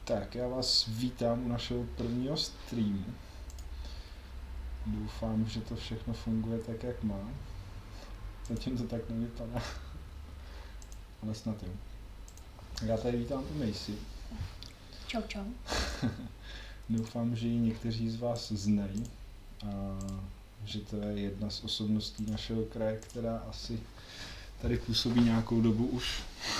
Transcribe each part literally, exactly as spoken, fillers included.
Tak, já vás vítám u našeho prvního streamu. Doufám, že to všechno funguje tak, jak má. Zatím to tak nevypadá. Ale snad jo. Já tady vítám i Macy. Čau, čau. Doufám, že ji někteří z vás znají a že to je jedna z osobností našeho kraje, která asi tady působí nějakou dobu už.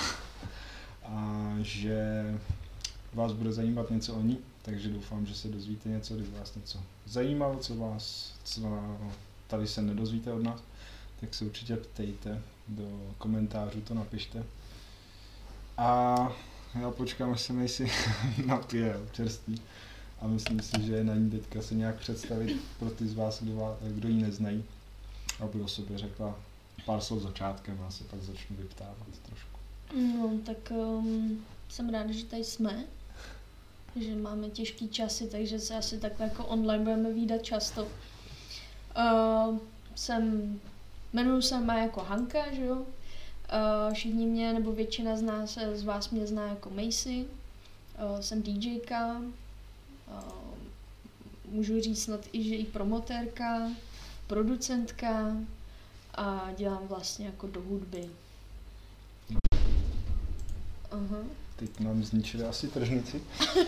A že vás bude zajímat něco o ní, takže doufám, že se dozvíte něco, když vás něco zajímalo, co vás co tady se nedozvíte od nás, tak se určitě ptejte, do komentářů to napište. A já počkám, až se mi si napije čerstvý a myslím si, že je na ní teďka se nějak představit pro ty z vás, kdo, kdo ji neznají, aby o sobě řekla pár slov začátkem a se pak začnu vyptávat trošku. No, tak um, jsem ráda, že tady jsme, že máme těžký časy, takže se asi takhle jako online budeme vídat často. Uh, jsem, jmenuji se má jako Hanka, že jo? Uh, všichni mě, nebo většina z nás, z vás mě zná jako Macy. Uh, jsem DJka, uh, můžu říct snad i, že i promotérka, producentka a dělám vlastně jako do hudby. Aha. Teď nám zničili asi tržnici.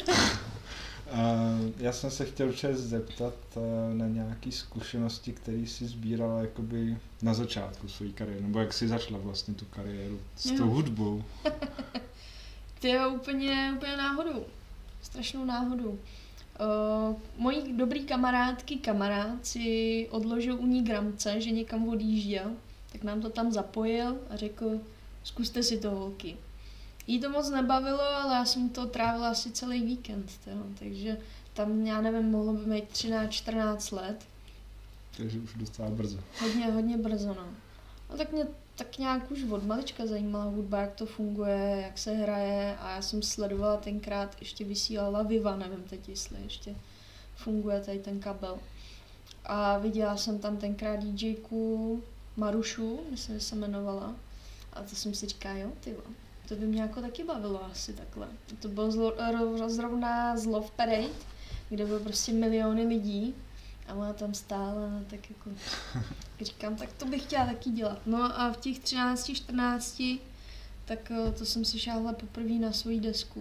Já jsem se chtěl určitě zeptat na nějaké zkušenosti, které jsi sbírala jakoby na začátku své kariéry, nebo jak jsi začala vlastně tu kariéru s tou Jo. hudbou. To je úplně, úplně náhodou, strašnou náhodou. Uh, moji dobrý kamarádky, kamarád si odložil u ní gramce, že někam odjížděl, tak nám to tam zapojil a řekl, zkuste si to, holky. Jí to moc nebavilo, ale já jsem to trávila asi celý víkend, tyjo. Takže tam, já nevím, mohlo by mít třináct čtrnáct let. Takže už docela brzo. Hodně, hodně brzo, no. No tak mě tak nějak už od malička zajímala hudba, jak to funguje, jak se hraje a já jsem sledovala tenkrát, ještě vysílala Viva, nevím teď, jestli ještě funguje tady ten kabel. A viděla jsem tam tenkrát DJku Marušu, myslím, že se jmenovala. A to jsem si říkala, jo, tyjo. To by mě jako taky bavilo asi takhle. To bylo zlo, zrovna z Love Parade, kde bylo prostě miliony lidí a ona tam stála, tak jako říkám, tak to bych chtěla taky dělat. No a v těch třinácti čtrnácti tak to jsem si šáhla poprvé na svoji desku.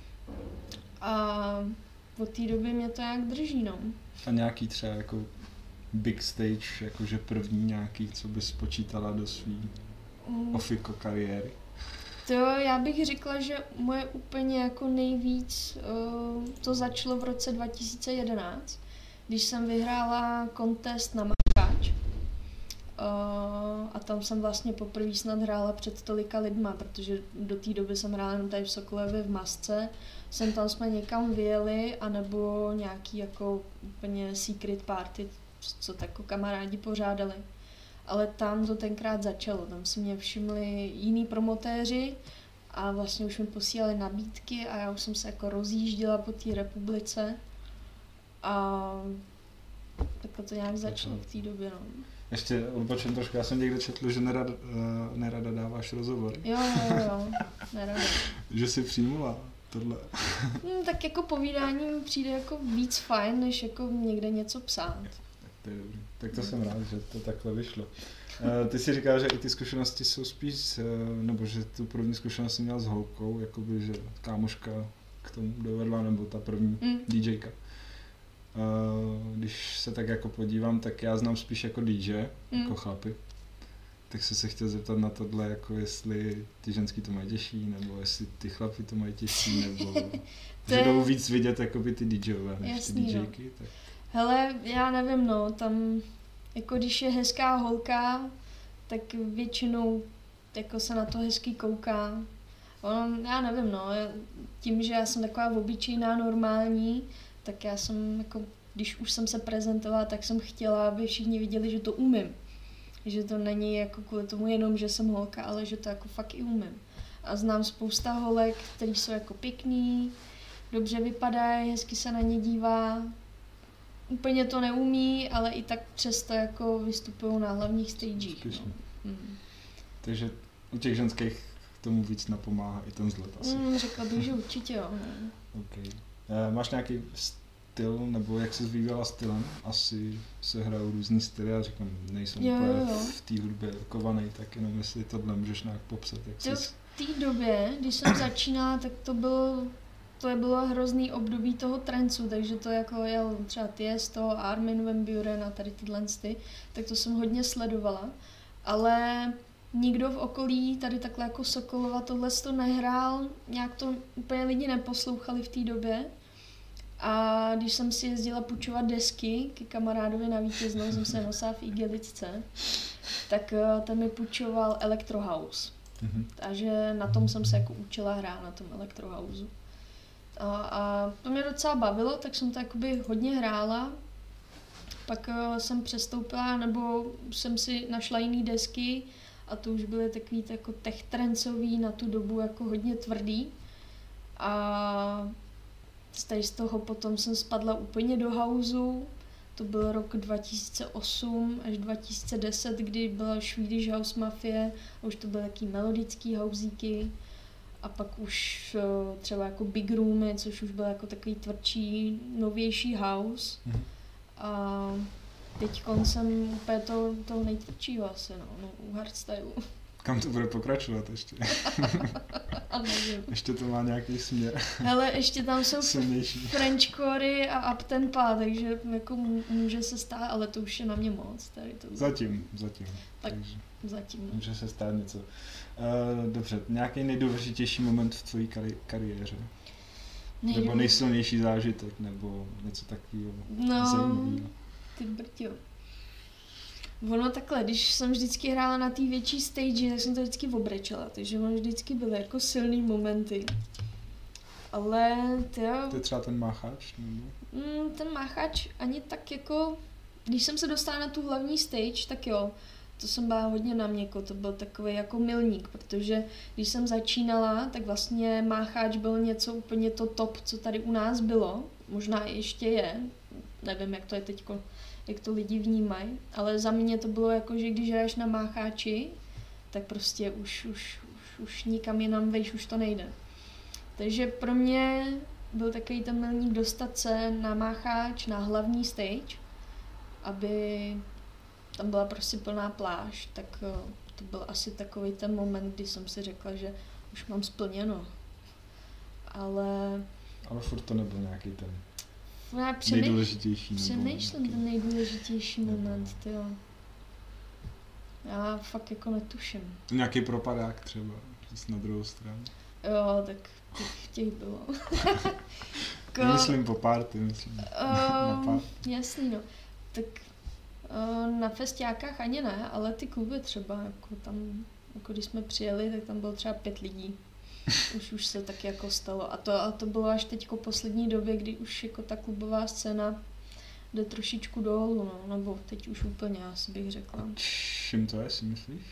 A od té doby mě to nějak drží, no. A nějaký třeba jako big stage, jakože první nějaký, co bys počítala do svý mm. ofiko kariéry? To já bych řekla, že moje úplně jako nejvíc uh, to začalo v roce dva tisíce jedenáct, když jsem vyhrála contest na Macháč. Uh, a tam jsem vlastně poprvé snad hrála před tolika lidma, protože do té doby jsem hrála jenom tady v Sokolově v masce. Jsem tam jsme někam vyjeli, anebo nějaký jako úplně secret party, co tak jako kamarádi pořádali. Ale tam to tenkrát začalo, tam si mě všimli jiní promotéři a vlastně už mi posílali nabídky a já už jsem se jako rozjížděla po té republice a takhle to nějak začalo v té době, no. Ještě odbočím trošku, já jsem někde četl, že nerad, uh, nerada dáváš rozhovory. Jo, jo, jo, nerada. Že jsi přijmula tohle. No, tak jako povídání mi přijde jako víc fajn, než jako někde něco psát. To je dobrý. Tak to jsem rád, že to takhle vyšlo. Uh, ty si říkala, že i ty zkušenosti jsou spíš, uh, nebo že tu první zkušenost jsi měla s holkou, jakoby, že kámoška k tomu dovedla, nebo ta první mm. DJka. Uh, když se tak jako podívám, tak já znám spíš jako D J, mm. jako chlapy. Tak jsem se chtěl zeptat na tohle, jako jestli ty ženský to mají těžší, nebo jestli ty chlapy to mají těžší, nebo že je... jdou víc vidět jakoby ty DJové než Jasný, ty DJky. Tak... Hele, já nevím, no, tam jako když je hezká holka, tak většinou jako se na to hezky kouká. Ono, já nevím, no, tím, že já jsem taková obyčejná, normální, tak já jsem jako, když už jsem se prezentovala, tak jsem chtěla, aby všichni viděli, že to umím. Že to není jako kvůli tomu jenom, že jsem holka, ale že to jako fakt i umím. A znám spousta holek, který jsou jako pěkný, dobře vypadají, hezky se na ně dívá. Úplně to neumí, ale i tak přesto jako vystupují na hlavních stagech. No. Mm. Takže u těch ženských tomu víc napomáhá i ten vzhled asi. Mm, řekla bych, že určitě jo. Okay. E, máš nějaký styl, nebo jak se vyvíjela stylem? Asi se hrajou různý styly, já říkám, nejsem Jo, úplně jo, jo. v té hudbě kovaný, tak jenom jestli tohle můžeš nějak popsat, jak To jsi... v té době, když jsem začínala, tak to bylo, to bylo hrozný období toho trancu, takže to jako jel třeba Tiesto, Armin van Buuren a tady tyhle ty, tak to jsem hodně sledovala, ale nikdo v okolí tady takhle jako Sokolova tohle to nehrál, nějak to úplně lidi neposlouchali v té době. A když jsem si jezdila půjčovat desky ke kamarádovi na vítěznou, jsem se nosila v igelitce, tak ten mi půjčoval Electro House. Mm-hmm. Takže na tom jsem se jako učila hrát, na tom Electro Houseu. A, a to mě docela bavilo, tak jsem to jakoby hodně hrála. Pak uh, jsem přestoupila, nebo jsem si našla jiný desky a to už byly takový jako tech trancový, na tu dobu jako hodně tvrdý. A z toho potom jsem spadla úplně do houseu. To byl rok dva tisíce osm až dva tisíce deset, kdy byla Swedish House Mafie a už to byly taky melodický housíky. A pak už uh, třeba jako Big Roomy, což už byl jako takový tvrdší, novější house. Mm-hmm. A teď jsem úplně to, toho nejtvrdšího asi, no, no u hardstylu. Kam to bude pokračovat ještě? A nevím. Ještě to má nějaký směr. Hele, ještě tam jsou silnější. Frenchcory a up tempa, takže jako může se stát, ale to už je na mě moc. Tady to zatím, zatím. Tak takže zatím. No. může se stát něco. Uh, dobře, nějaký nejdůležitější moment v tvojí kari- kariéře? Nejdu... Nebo nejsilnější zážitek, nebo něco takového no, zajímavého? Ty brďo. Ono takhle, když jsem vždycky hrála na té větší stage, tak jsem to vždycky obrečela, takže ono vždycky byly jako silný momenty. Ale tyjo... To je třeba ten máchač? Nebo? Mm, ten máchač ani tak jako... Když jsem se dostala na tu hlavní stage, tak jo, to jsem byla hodně na měko, to byl takový jako milník, protože když jsem začínala, tak vlastně máchač byl něco úplně to top, co tady u nás bylo, možná ještě je, nevím, jak to je teďko, jak to lidi vnímají, ale za mě to bylo jako, že když hraješ na mácháči, tak prostě už, už, už, už nikam jinam vejš, už to nejde. Takže pro mě byl takový ten milník dostat se na mácháč, na hlavní stage, aby tam byla prostě plná pláž, tak to byl asi takový ten moment, kdy jsem si řekla, že už mám splněno. Ale... Ale furt to nebyl nějaký ten Já přemý... nejdůležitější. Přemýšlím ten nejdůležitější moment, tyjo. Já fakt jako netuším. Nějaký propadák třeba, na druhou stranu. Jo, tak těch, těch bylo. Ko... Myslím po party, myslím. Um, jasný, no. Tak uh, na festiákách ani ne, ale ty kluby třeba, jako tam, jako když jsme přijeli, tak tam bylo třeba pět lidí. Už už se taky jako stalo. A to, a to bylo až teďko poslední době, kdy už jako ta klubová scéna jde trošičku dolů, no, nebo teď už úplně, asi bych řekla. Čím to je, si myslíš?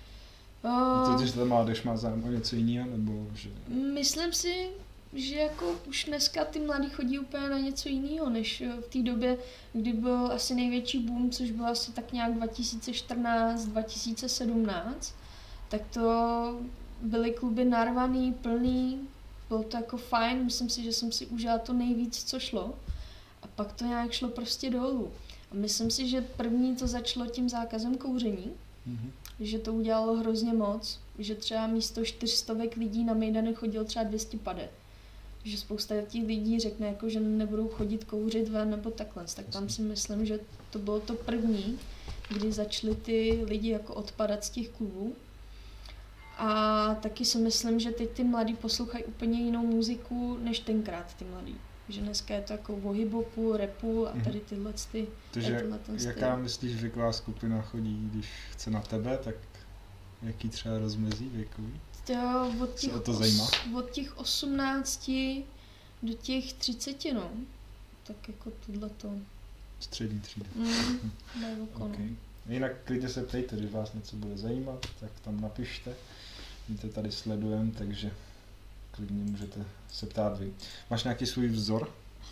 Uh, to, že ta mládež má zájem o něco jiného, nebo že... Myslím si, že jako už dneska ty mladí chodí úplně na něco jiného, než v té době, kdy byl asi největší boom, což bylo asi tak nějak dva tisíce čtrnáct dva tisíce sedmnáct, tak to byly kluby narvaný, plný, bylo to jako fajn, myslím si, že jsem si užila to nejvíc, co šlo. A pak to nějak šlo prostě dolů. A myslím si, že první to začalo tím zákazem kouření, mm-hmm. že to udělalo hrozně moc, že třeba místo čtyřstovek lidí na Mejdany chodil třeba dvě stě padesát. Že spousta těch lidí řekne, jako, že nebudou chodit kouřit ven nebo takhle. Tak tam si myslím, že to bylo to první, kdy začaly ty lidi jako odpadat z těch klubů. A taky si myslím, že teď ty mladí poslouchají úplně jinou muziku, než tenkrát ty mladí. Že dneska je to jako o hip-hopu, rapu a tady tyhle ty. Takže jaká myslíš věková skupina chodí, když chce na tebe, tak jaký třeba rozmezí věkový? To od těch, to zajímá? Os, od těch osmnácti do těch třiceti, no. Tak jako tohleto. Střední třída. Mm, okay. Jinak klidně se ptejte, když vás něco bude zajímat, tak tam napište. My to tady sledujeme, takže klidně můžete se ptát vy. Máš nějaký svůj vzor?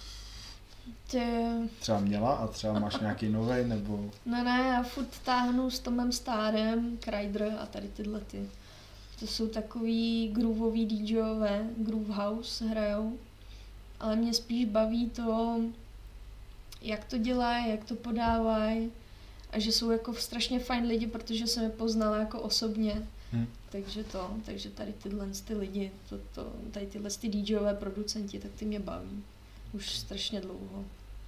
Ty... Třeba měla a třeba máš nějaký novej, nebo... Ne, ne, já furt táhnu s Tomem Stárem, Kryder a tady tyhle ty. To jsou takový grooveový DJové, Groove House hrajou. ale mě spíš baví to, jak to dělají, jak to podávají a že jsou jako strašně fajn lidi, protože jsem je poznala jako osobně. Hmm. Takže to, takže tady tyhle ty lidi, to, to, tady tyhle ty DJové producenti, tak ty mě baví. Už strašně dlouho.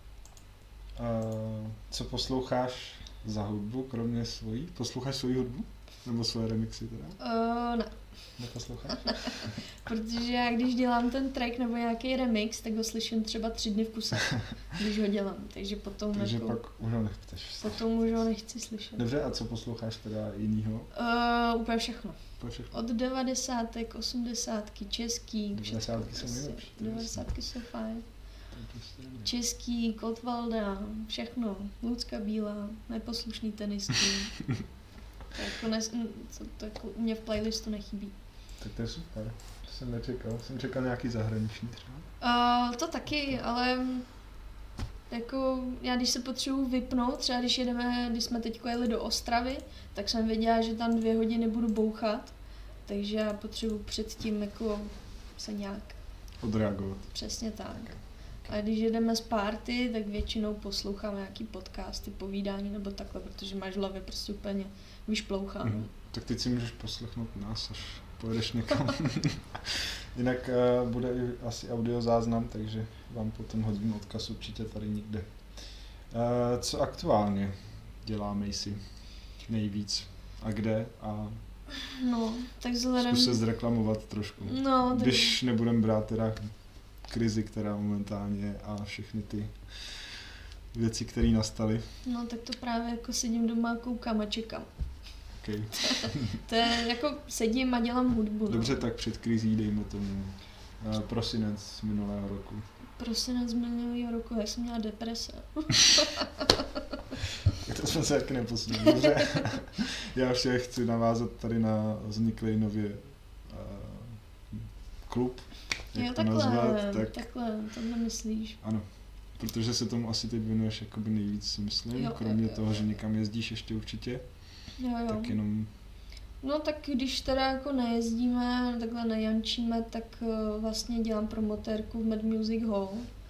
Uh, co posloucháš za hudbu, kromě svojí? Posloucháš svoji hudbu? Nebo svoje remixy teda? Uh, ne. Neposloucháš? Protože já když dělám ten track nebo nějaký remix, tak ho slyším třeba tři dny v kuse, když ho dělám. Takže potom Takže jako, pak už ho nechceš. Potom už ho nechci slyšet. Dobře, a co posloucháš teda jinýho? Uh, úplně všechno. všechno. Od devadesátek, osmdesátky, český. devadesátky jsou nejlepší. devadesátky jsou fajn. Český, Kotvalda, všechno. Lucka Bílá, Neposlušný tenistky. To jako ne, to, to jako u mě v playlistu nechybí. Tak to je super. To jsem nečekal. Jsem čekal nějaký zahraniční třeba. Uh, to taky, ale jako já když se potřebuji vypnout, třeba když jedeme, když jsme teď jeli do Ostravy, tak jsem věděla, že tam dvě hodiny budu bouchat, takže já potřebuji předtím jako se nějak odreagovat. Přesně tak. A když jedeme z party, tak většinou poslouchám nějaký podcasty, povídání nebo takhle, protože máš v hlavě prostě úplně vyšploucháno. Mm. Tak teď si můžeš poslechnout nás, až pojedeš někam. Jinak uh, bude i asi audio záznam, takže vám potom hodím odkaz určitě tady někde. Uh, co aktuálně dělá Macy nejvíc a kde a no, tak vzhledem... zkus se zreklamovat trošku. No, tak... Když nebudem brát teda krizi, která momentálně je a všechny ty věci, které nastaly. No tak to právě jako sedím doma, koukám a čekám. Okay. To je jako sedím a dělám hudbu. Dobře, no. tak před krizí dejme tomu uh, prosinec minulého roku. Prosinec minulého roku, já jsem měla deprese. To jsme se taky neposlali. Dobře. Já ještě chci navázat tady na vzniklý nově uh, klub. Jak jo, to takhle, nazvat, tak... takhle, to nemyslíš. Ano, protože se tomu asi teď věnuješ jakoby nejvíc, myslím, jo, kromě jo, jo, toho, jo. že někam jezdíš ještě určitě. Jo, jo. Tak jenom... No tak když teda jako nejezdíme, takhle nejančíme, tak uh, vlastně dělám promotérku v Mad Music Hall.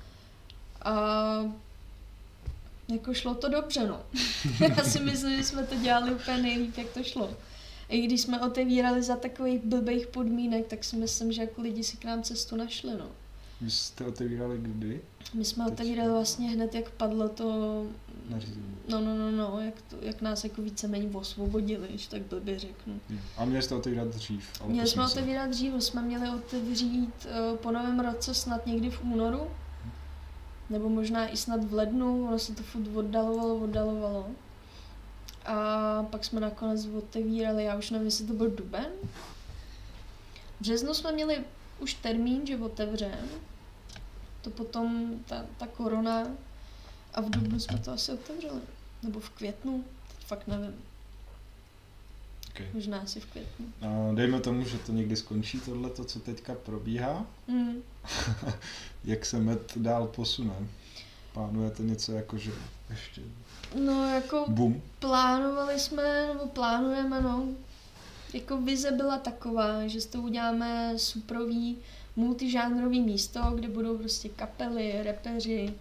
A jako šlo to dobře, no. Já si myslím, že jsme to dělali úplně nejlíp, jak to šlo. I když jsme otevírali za takových blbých podmínek, tak si myslím, že jako lidi si k nám cestu našli, no. Vy jste otevírali kdy? My jsme Teď... otevírali vlastně hned, jak padlo to... Nařízení. No, no, no, no, jak, to, jak nás jako víceméně osvobodili, že tak blbě řeknu. A měli jste otevírat dřív? Ale měli jsme otevírat dřív, jsme měli otevřít uh, po novém roce snad někdy v únoru, nebo možná i snad v lednu, ono se to furt oddalovalo, oddalovalo. A pak jsme nakonec otevírali, já už nevím, jestli to byl duben. V březnu jsme měli už termín, že otevřeme. To potom ta, ta korona a v dubnu jsme to asi otevřeli. Nebo v květnu, teď fakt nevím. Okay. Možná asi v květnu. A dejme tomu, že to někdy skončí tohleto, co teďka probíhá. Mm. Jak se Med dál posune? Plánujete něco jako, že ještě... No jako Boom. Plánovali jsme, nebo plánujeme, no. Jako vize byla taková, že z toho uděláme suprový multižánrový místo, kde budou prostě kapely, rapeři,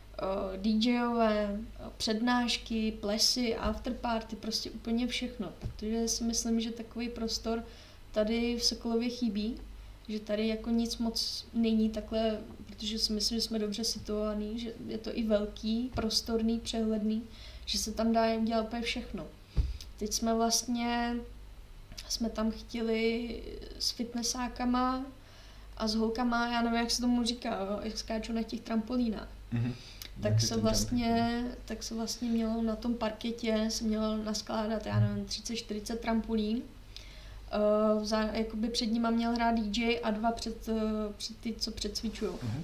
DJové, přednášky, plesy, afterparty, prostě úplně všechno. Protože si myslím, že takový prostor tady v Sokolově chybí, že tady jako nic moc není takhle, protože si myslím, že jsme dobře situovaný, že je to i velký, prostorný, přehledný, že se tam dá dělat úplně všechno. Teď jsme vlastně, jsme tam chtěli s fitnessákama a s holkama, já nevím, jak se tomu říká, jak skáču na těch trampolínách. Mm-hmm. Tak se, vlastně, tak se vlastně mělo na tom parketě, se mělo naskládat, já nevím, třicet čtyřicet trampolín. Uh, za, jakoby před nima měl hrát D J a dva před, uh, před ty, co předcvičují. Uh-huh.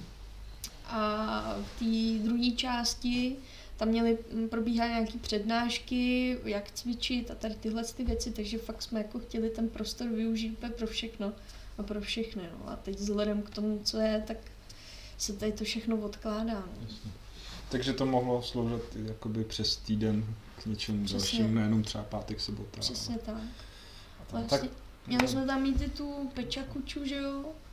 A v té druhé části tam měly probíhat nějaké přednášky, jak cvičit a tady tyhle ty věci, takže fakt jsme jako chtěli ten prostor využít pro všechno a pro všechny. No. A teď vzhledem k tomu, co je, tak se tady to všechno odkládá. No. Takže to mohlo sloužit jakoby přes týden k něčemu dalšímu, nejenom třeba pátek, sobota. Přesně ale... tak. Vlastně, měli jsme tam mít i tu Peča Kuču, že jo? Hmm.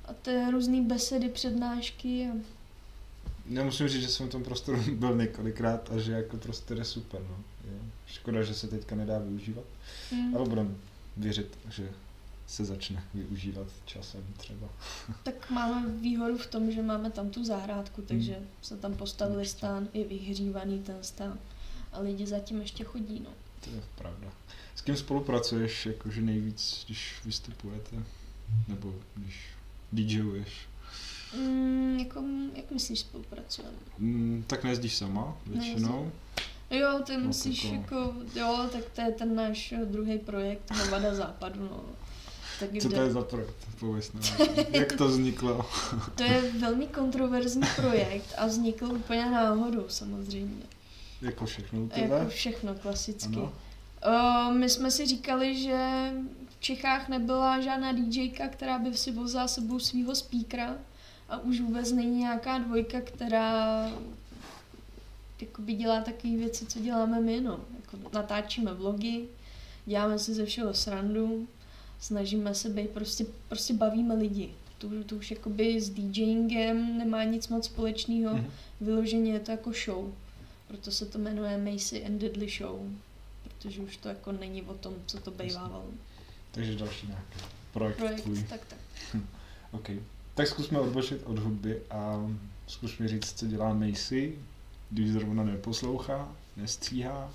a to je různý besedy, přednášky. A... Já musím říct, že jsem v tom prostoru byl několikrát a že jako prostor je super, no. Je škoda, že se teďka nedá využívat, Mm. ale budeme věřit, že se začne využívat časem třeba. Tak máme výhodu v tom, že máme tam tu zahrádku, takže mm. se tam postavili Určitě. stán, je vyhřívaný ten stán a lidi zatím ještě chodí, no. To je pravda. S kým spolupracuješ jakože nejvíc, když vystupujete? Nebo když DJuješ? Mm, jako, jak myslíš, spolupracujeme? Mm, tak nejezdíš sama většinou? Jo, ty No, musíš tako. jako, jo, tak to je ten náš druhý projekt, Hovada západu, no. Tak Co kde- to je za projekt? Pověz nám. Jak to vzniklo? To je velmi kontroverzní projekt a vznikl úplně náhodou samozřejmě. Jako všechno u A jako tebe? všechno klasicky. Ano. Uh, my jsme si říkali, že v Čechách nebyla žádná DJka, která by si vozila sebou svýho speakera a už vůbec není nějaká dvojka, která jakoby dělá takové věci, co děláme my, no. Jako natáčíme vlogy, děláme si ze všeho srandu, snažíme se být, prostě, prostě bavíme lidi. To, to už jakoby s DJingem nemá nic moc společného, Mhm. vyloženě je to jako show. Proto se to jmenuje Macy and Diddley Show, protože už to jako není o tom, co to bývávalo. Takže další nějaký projekt, Projekt, tvůj. tak tak. OK. Tak zkusme odbočit od hudby a zkus mi říct, co dělá Macy, když zrovna neposlouchá, nestříhá,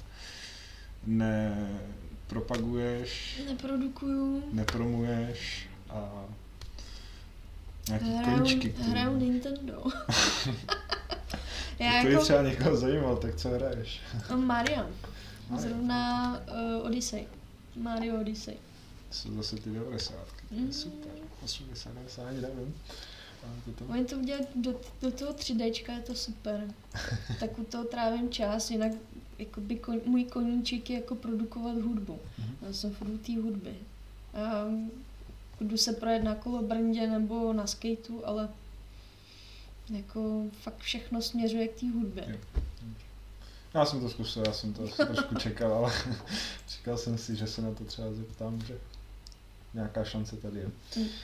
nepropaguješ, Neprodukuju, nepromuješ a nějaký hraju, koníčky, který... hraju Nintendo. Já to by jako třeba někoho zajímalo, tak co hraješ? Mario, Mario. zrovna uh, Odyssey, Mario Odyssey. To jsou zase ty devadesátky, to je Mm. super. osmdesát, devadesát, ani nevím. Ale to tam... Oni to udělat do, do toho tři déčka, je to super. Tak u toho trávím čas, jinak jakoby kon, můj koníček je jako produkovat hudbu. Mhm. Já jsem furt u té hudby. Já jdu se projet na kolobrndě nebo na skateu, ale jako fakt všechno směřuje k té hudbě. Jo. Já jsem to zkusil, já jsem to asi trošku čekal, ale říkal jsem si, že se na to třeba zeptám, že nějaká šance tady je. Mm. Uh,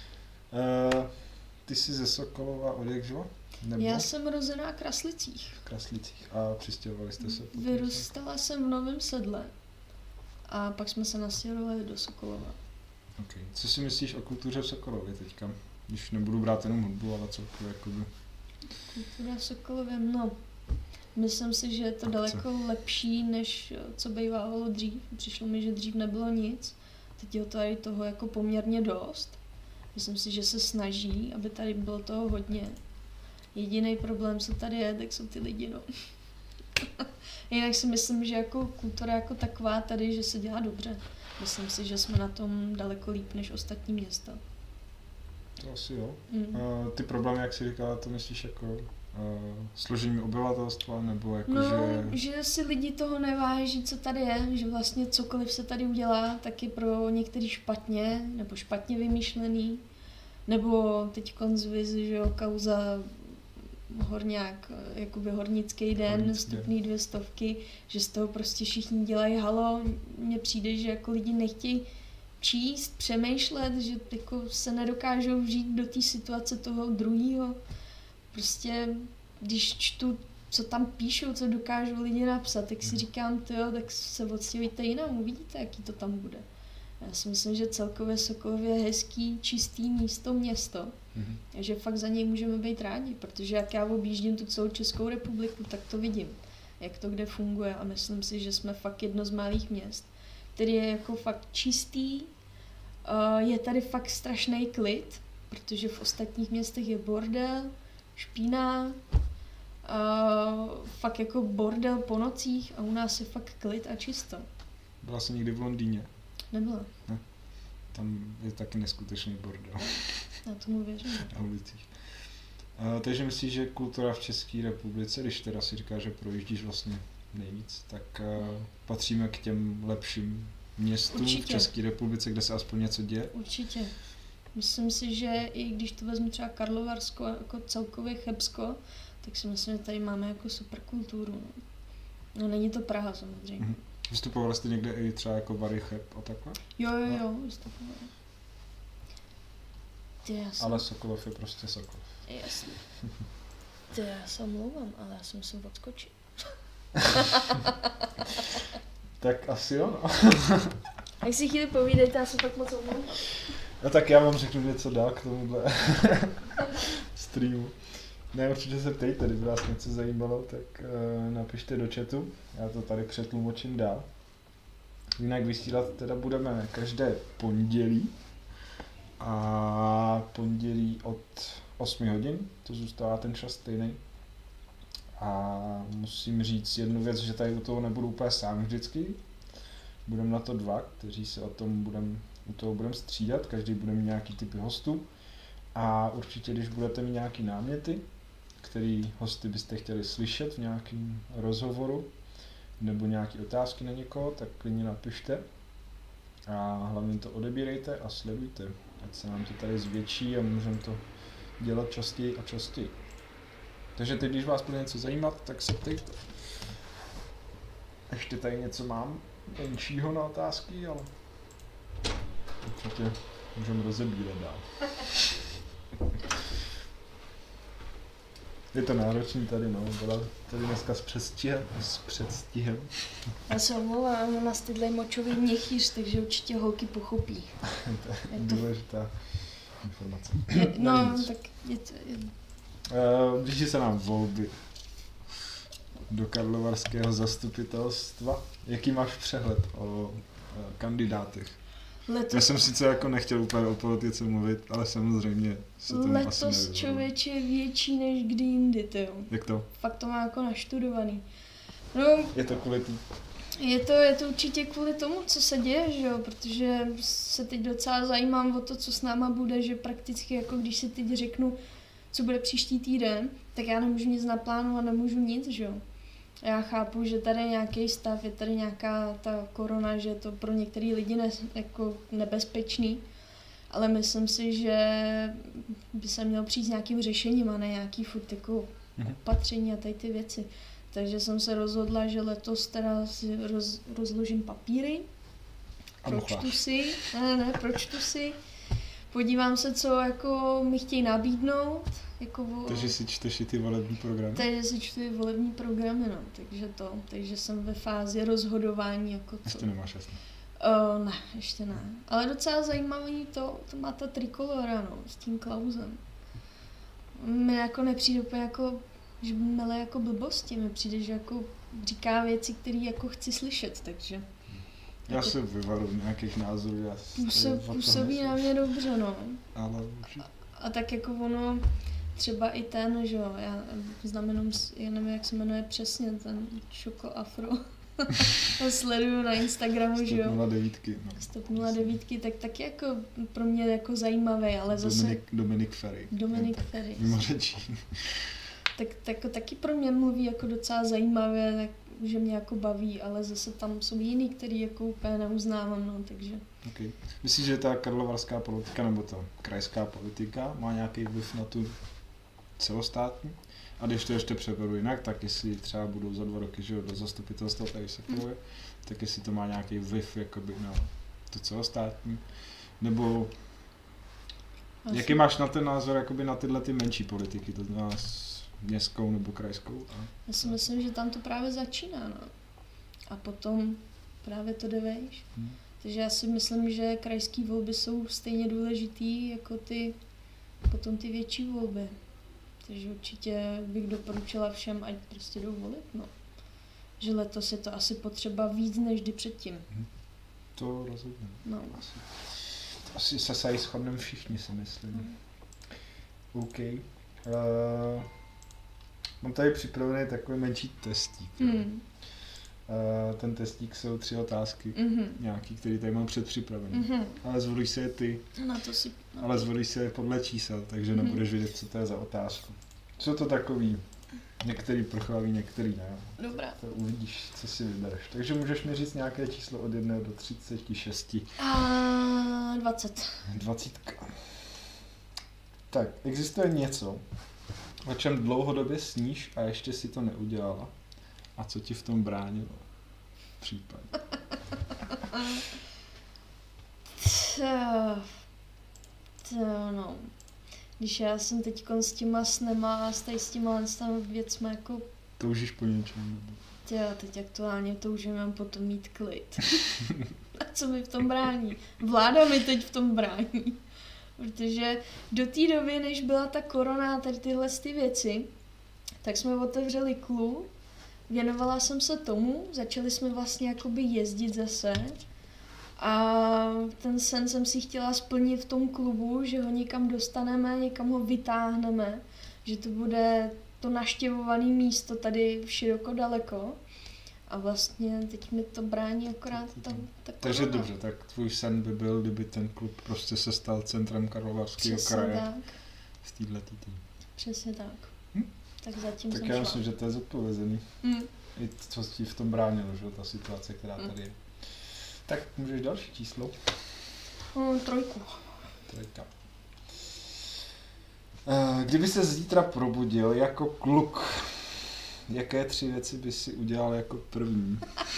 ty jsi ze Sokolova od jak živa? Nebo Já jsem rozená v Kraslicích. v Kraslicích a přistěhovali jste se potom? Vyrůstala jsem v Novém Sedle a pak jsme se nastěhovali do Sokolova. Okay. Co si myslíš o kultuře v Sokolově teďka? Když nebudu brát jenom hudbu, ale celkově jakoby... Kultura v Sokolově, no. Myslím si, že je to Akce. daleko lepší, než co bývalo dřív. Přišlo mi, že dřív nebylo nic. Teď je tady toho jako poměrně dost. Myslím si, že se snaží, aby tady bylo toho hodně. Jediný problém, co tady je, tak jsou ty lidi, no. Jinak si myslím, že jako kultura jako taková tady, že se dělá dobře. Myslím si, že jsme na tom daleko líp než ostatní města. To asi jo. Mm. Uh, ty problémy, jak jsi říkala, to myslíš jako uh, složení obyvatelstva, nebo jako, No, že... že si lidi toho neváží, co tady je, že vlastně cokoliv se tady udělá, tak je pro některý špatně, nebo špatně vymýšlený, nebo teď konzviz, že jo, kauza horňák, jakoby hornický den, Hornický vstupný dvě stovky, že z toho prostě všichni dělají halo, mně přijde, že jako lidi nechtějí číst, přemýšlet, že jako se nedokážou vžít do té situace toho druhého. Prostě, když čtu, co tam píšou, co dokážou lidi napsat, tak si říkám, tyjo, tak se odstěhujte jinam, uvidíte, jaký to tam bude. Já si myslím, že celkově Sokolově je hezký, čistý místo, město. Mhm. Takže fakt za něj můžeme být rádi, protože jak já objíždím tu celou Českou republiku, tak to vidím, jak to kde funguje a myslím si, že jsme fakt jedno z malých měst, který je jako fakt čistý, uh, je tady fakt strašný klid, protože v ostatních městech je bordel, špína, uh, fakt jako bordel po nocích a u nás je fakt klid a čisto. Byla jsi někdy v Londýně? Nebyla, Tam je taky neskutečný bordel já tomu věřím. na ulicích. Uh, takže myslíš, že kultura v České republice, když teda si říkáš, že projíždíš vlastně nejvíc, tak uh, patříme k těm lepším městům Určitě. v České republice, kde se aspoň něco děje? Určitě. Myslím si, že i když to vezmu třeba Karlovarsko jako celkově Chebsko, tak si myslím, že tady máme jako super kulturu. No, no není to Praha samozřejmě. Mhm. Vystupovali jste někde i třeba jako Vary Cheb a takhle? Jo, jo, jo, vystupovali. Ty, já jsem... Ale Sokolov je prostě Sokolov. Jasně. Ty, já se omlouvám, ale já jsem se odskočil. Tak asi jo, no. Jak si chvíli povídejte, já se fakt moc omlouvám. No tak já vám řeknu něco dál k tomuhle streamu. Ne, určitě se ptejte, kdyby vás něco zajímalo, tak uh, napište do chatu, já to tady přetlumočím dál. Jinak vysílat teda budeme každé pondělí a pondělí od osmi hodin, to zůstává ten čas stejný. A musím říct jednu věc, že tady u toho nebudu úplně sám vždycky. Budeme na to dva, kteří se o tom budem, u toho budeme střídat, každý bude mít nějaký typy hostů. A určitě, když budete mít nějaký náměty, který hosty byste chtěli slyšet v nějakém rozhovoru, nebo nějaké otázky na někoho, tak klidně napište. A hlavně to odebírejte a sledujte, ať se nám to tady zvětší a můžeme to dělat častěji a častěji. Takže teď, když vás bude něco zajímat, tak se ptejte. Ještě tady něco mám menšího na otázky, ale určitě můžeme rozebírat dál. Je to náročný tady, no, byla tady dneska s předstihem. S předstihem. Já se omlouvám, mám nastydlej močový měchýř, takže určitě holky pochopí. To je důležitá informace. Je, no, tak je to... Je... Uh, blíží se nám volby do karlovarského zastupitelstva. Jaký máš přehled o uh, kandidátech? Letos... Já jsem sice jako nechtěl úplně o politice mluvit, ale samozřejmě se tomu Letos asi nevyvolím. člověče je větší než kdy jindy, tyjo. Jak to? Fakt to má jako naštudovaný. No, je to kvůli tý... Je to, je to určitě kvůli tomu, co se děje, že jo, protože se teď docela zajímám o to, co s náma bude, že prakticky jako když si teď řeknu, co bude příští týden, tak já nemůžu nic naplánovat, nemůžu nic, že jo. Já chápu, že tady je nějaký stav, je tady nějaká ta korona, že je to pro některý lidi ne, jako nebezpečný, ale myslím si, že by se mělo přijít s nějakým řešením a ne nějaký furt jako opatření a tady ty věci. Takže jsem se rozhodla, že letos teda si roz, rozložím papíry, pročtu si, ne, ne, pročtu si, podívám se, co jako mi chtějí nabídnout. Jako vo... Takže si čteš i ty volební programy? Takže si čtu i volební programy, no, takže to, takže jsem ve fázi rozhodování, jako co. Ještě nemáš jasno? Uh, ne, ještě ne, ale docela zajímavý to, to má ta trikolora, no, s tím Klausem. Mi jako nepřijde úplně jako, že by měla jako blbosti, mi přijde, že jako říká věci, které jako chci slyšet, takže... Já jako... se vyvaruji nějakých názorů, já Působ, působí na mě dobře, no. Ale... A, a tak jako ono, třeba i ten, že jo, já znám jenom, já nevím, jak se jmenuje přesně, ten Choco Afro. A sleduju na Instagramu, že jo. sto nula devět. No. sto nula devět, tak taky jako pro mě jako zajímavý, ale zase... Dominik, Dominik Ferry. Dominik Ferry. Mimo řečí. Tak, tak taky pro mě mluví jako docela zajímavě, tak, že mě jako baví, ale zase tam jsou jiný, který jako úplně neuznávám, no, takže... Okay. Myslíš, že ta karlovarská politika nebo ta krajská politika má nějaký vliv na tu celostátní? A když to ještě převedu jinak, tak jestli třeba budou za dva roky, že do zastupitelstva tady se pluje, tak jestli to má nějaký vliv jakoby na to celostátní, nebo asi. Jaký máš na ten názor jakoby na tyhle ty menší politiky, to znamená městskou nebo krajskou? A... Já si myslím, že tam to právě začíná, no. A potom právě to jde vejš. Hmm. Takže já si myslím, že krajské volby jsou stejně důležitý jako ty, potom ty větší volby. Takže určitě bych doporučila všem, ať prostě jdou volit, no. Že letos je to asi potřeba víc než kdy předtím. Hmm. To rozhodně. No. Asi, asi se sají shodneme všichni, si myslím. Hmm. OK. Uh, mám tady připravený takový menší testík. Hmm. Uh, ten testík jsou tři otázky, mm-hmm. nějaký, který tady mám předpřipravený. Mm-hmm. Ale zvolíš si je ty. Na to si... Na ale zvolíš si je podle čísel, takže mm-hmm. nebudeš vědět, co to je za otázku. Jsou to takový, některý prchlaví, některý ne. Dobrá. To uvidíš, co si vybereš. Takže můžeš mi říct nějaké číslo od jedné do třiceti šesti. A dvacet. Dvacítka. Tak, existuje něco, o čem dlouhodobě sníš a ještě si to neudělala? A co ti v tom bránilo? Případně. To no. Když já jsem teď s těma snema a s tady s těma věcma jako... Toužíš po něčem? Já teď aktuálně toužím, mám potom mít klid. A co mi v tom brání? Vláda mi teď v tom brání. Protože do té doby, než byla ta korona a tady tyhle ty věci, tak jsme otevřeli klub, věnovala jsem se tomu, začali jsme vlastně jakoby jezdit zase a ten sen jsem si chtěla splnit v tom klubu, že ho někam dostaneme, někam ho vytáhneme, že to bude to navštěvované místo tady široko daleko a vlastně teď mi to brání akorát ta, ta Takže korona. dobře, tak tvůj sen by byl, kdyby ten klub prostě se stal centrem Karlovarského kraje. Tak. Z téhletý tým. Přesně tak. Hm? Tak zatím Tak jsem já šla. myslím, že to je zodpovězený. Mm. I co ti v tom bránilo, že ta situace, která Mm. tady je. Tak můžeš další číslo. Mm, trojku. Trojka. Eh, Kdyby se zítra probudil jako kluk, jaké tři věci by si udělal jako první?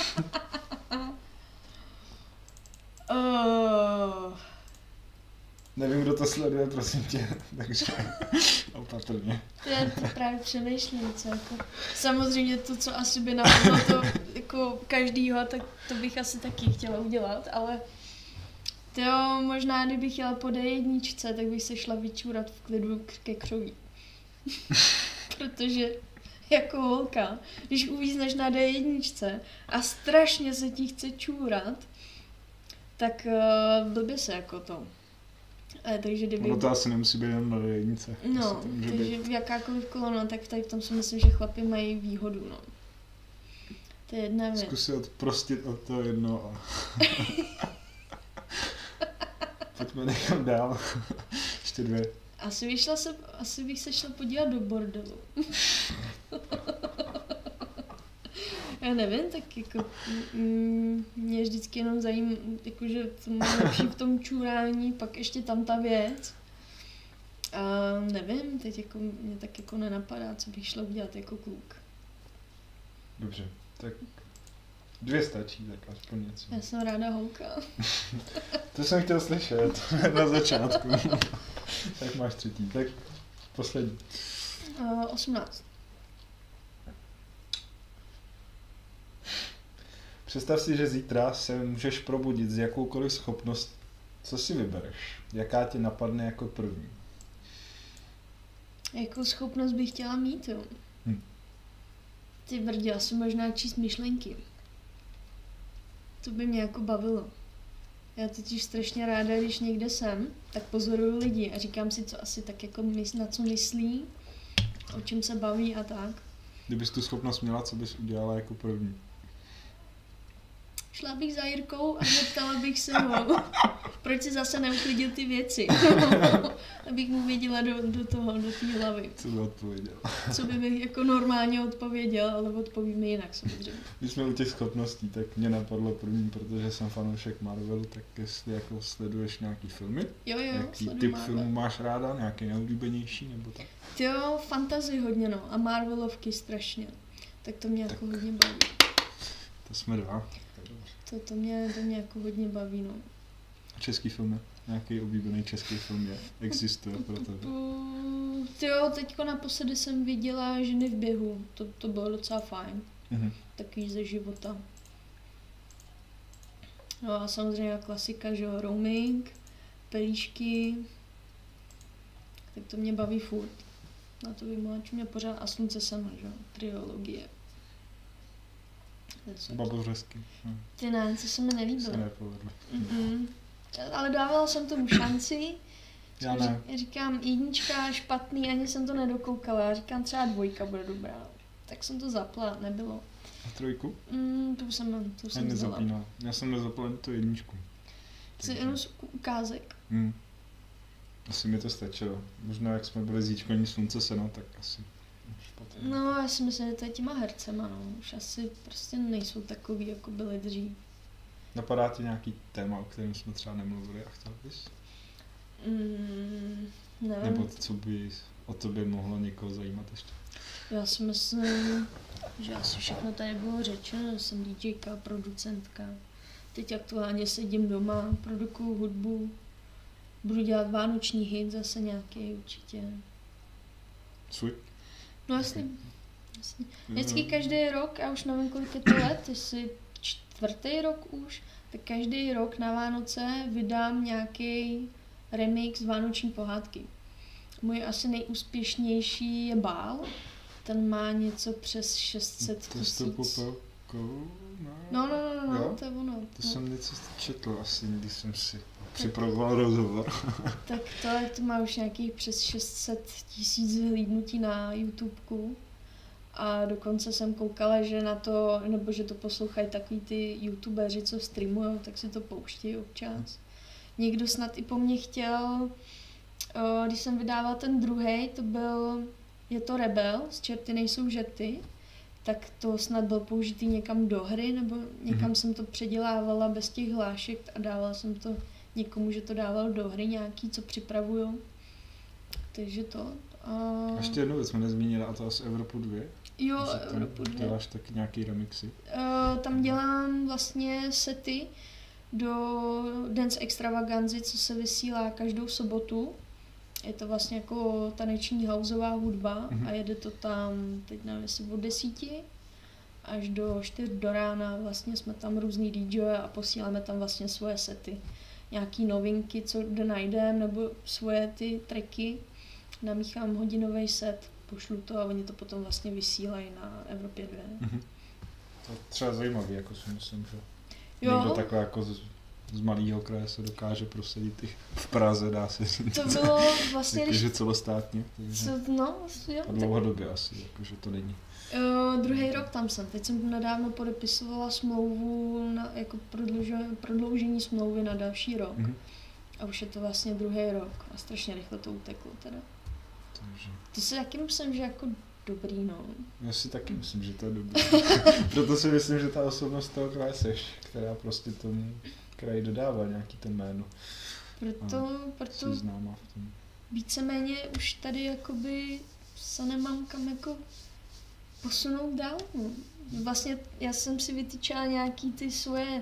Uh, Nevím, kdo to sleduje, prosím tě, takže opatrně. to já to právě přemýšlím, co jako... Samozřejmě to, co asi by napadlo to jako každýho, tak to bych asi taky chtěla udělat, ale to jo, možná kdybych jela po dé jedničce, tak bych se šla vyčůrat v klidu k- ke křoví. Protože jako holka, když uvízneš na dé jedničce a strašně se ti chce čůrat, tak uh, blbě se jako to. E, takže kdyby... Ono to asi nemusí být jenom na jednice. No, to může takže být. jakákoliv kolona, tak tady v tom si myslím, že chlapi mají výhodu, no. To je jedna věc. Zkus si odprostit od toho jednoho. Pojďme někam dál. Ještě dvě. Asi, vyšla se, asi bych se šla podívat do bordelu. Já nevím, tak jako mm, mě vždycky jenom zajímá, jakože to má lepší v tom čurání, pak ještě tam ta věc. A nevím, teď jako mě tak jako nenapadá, co bych šla udělat jako kluk. Dobře, tak dvě stačí, tak aspoň něco. Já jsem ráda holka. To jsem chtěl slyšet na začátku. Tak máš třetí, tak poslední. Uh, osmnáct. Představ si, že zítra se můžeš probudit s jakoukoliv schopnost. Co si vybereš? Jaká ti napadne jako první? Jakou schopnost bych chtěla mít, jo? Hm. Ty brdě, asi možná číst myšlenky. To by mě jako bavilo. Já totiž strašně ráda, když někde jsem, tak pozoruju lidi a říkám si, co asi tak jako mys- na co myslí, o čem se baví a tak. Kdybys tu schopnost měla, co bys udělala jako první? Šla bych za Jirkou a zeptala bych se ho, proč si zase neuklidil ty věci. Abych mu věděla do, do toho, do té hlavy. Co by odpověděl? Co by mi jako normálně odpověděl, ale odpovíme jinak samozřejmě. Když jsme u těch schopností, tak mě napadlo první, protože jsem fanoušek Marvelu, tak jestli jako sleduješ nějaký filmy, Jo, jo, jaký sleduju typ Marvel. filmů máš ráda, nějaký nejoblíbenější nebo tak? Ty jo, fantasy hodně no a Marvelovky strašně. Tak to mě jako Tak. hodně baví. To jsme dva. Tak dobře. To, to, mě, to mě jako hodně baví, no. A český film, nějaký oblíbený český film je? Existuje pro tebe? Mm, Ty jo, teďko naposledy jsem viděla Ženy v běhu. To, to bylo docela fajn. Mhm. Takový ze života. No a samozřejmě klasika, že jo, roaming, pelíšky. Tak to mě baví furt. Na to by mohla mě pořád a Slunce sama, že jo, triologie. To je super. Babovřesky. Hm. Ty ne, to se mi Se nelíbilo. nepovedlo. Mm-mm. Ale dávala jsem tomu šanci. Já ne. Já říkám, jednička špatný, ani jsem to nedokoukala. Já říkám, třeba dvojka bude dobrá. Tak jsem to zapla, nebylo. A trojku? Mm, tu jsem, tu Já jsem vzala. nezapínal. Já jsem nezapal ani tu jedničku. Chci jenom z ukázek. Hmm. Asi mi to stačilo. Možná jak jsme byli zíčkaní Slunce seno, tak asi špatně. No, já si myslím, že to je těma hercema, no. Už asi prostě nejsou takový, jako byli dřív. Napadá ti nějaký téma, o kterém jsme třeba nemluvili a chtěl bys? Mm, nevím. Nebo co by o tobě mohlo někoho zajímat ještě? Já si myslím, že asi všechno tady bylo řečeno. Jsem DJka, producentka. Teď aktuálně sedím doma, produkuju hudbu, budu dělat vánoční hit zase nějaký určitě. Svůj? No jasně. jasně. Vždycky každý rok, já už nevím kolik je to let, jestli čtvrtý rok už, tak každý rok na Vánoce vydám nějaký remix vánoční pohádky. Můj asi nejúspěšnější je Bál. Ten má něco přes šest set tisíc. No, no, no, no, no to je ono. To no. jsem něco četl asi, když jsem si připravoval rozhovor. Tak to, to má už nějakých přes šest set tisíc hlídnutí na YouTubeku. A dokonce jsem koukala, že na to, nebo že to poslouchají takový ty youtubeři, co streamujou, tak si to pouští občas. Někdo snad i po mně chtěl, když jsem vydávala ten druhý, to byl, je to Rebel, z Čerty nejsou žerty, tak to snad byl použitý někam do hry, nebo někam mm-hmm. jsem to předělávala bez těch hlášek a dávala jsem to někomu, že to dával do hry nějaký, co připravujou. Takže to. A... Ještě jednou věc jsme nezmínili, a to asi Evropu dva. Jo, Evropu dva. Děláš taky nějaký remixy? Uh, tam dělám vlastně sety do Dance Extravaganzy, co se vysílá každou sobotu. Je to vlastně jako taneční houseová hudba mm-hmm. a jede to tam, teď nevím, jestli od desíti až do čtyř do rána. Vlastně jsme tam různý DJové a posíláme tam vlastně svoje sety. Nějaký novinky, co kde najdem, nebo svoje ty tracky. Namíchám hodinový set, pošlu to a oni to potom vlastně vysílají na Evropě dva. Mm-hmm. To je třeba zajímavý, jako si myslím, že jo. někdo takhle jako z, z malého kraje se dokáže prosadit i v Praze, dá se říct. To bylo vlastně... Takže celostátně. Co, no, jo. A dlouhodobě asi, jakože to není. Uh, druhý rok tam jsem. Teď jsem nedávno podepisovala smlouvu, na, jako prodloužení, prodloužení smlouvy na další rok. Mm-hmm. A už je to vlastně druhý rok a strašně rychle to uteklo teda. Takže... Ty si taky myslím, že jako dobrý, no. Já si taky myslím, že to je dobrý. Proto si myslím, že ta osobnost toho kraje seš, která prostě tomu kraji dodává nějaký ten jméno. Proto, proto známá v tom. Víceméně už tady jakoby se nemám kam jako posunout dál. No. Vlastně já jsem si vytýčala nějaký ty svoje,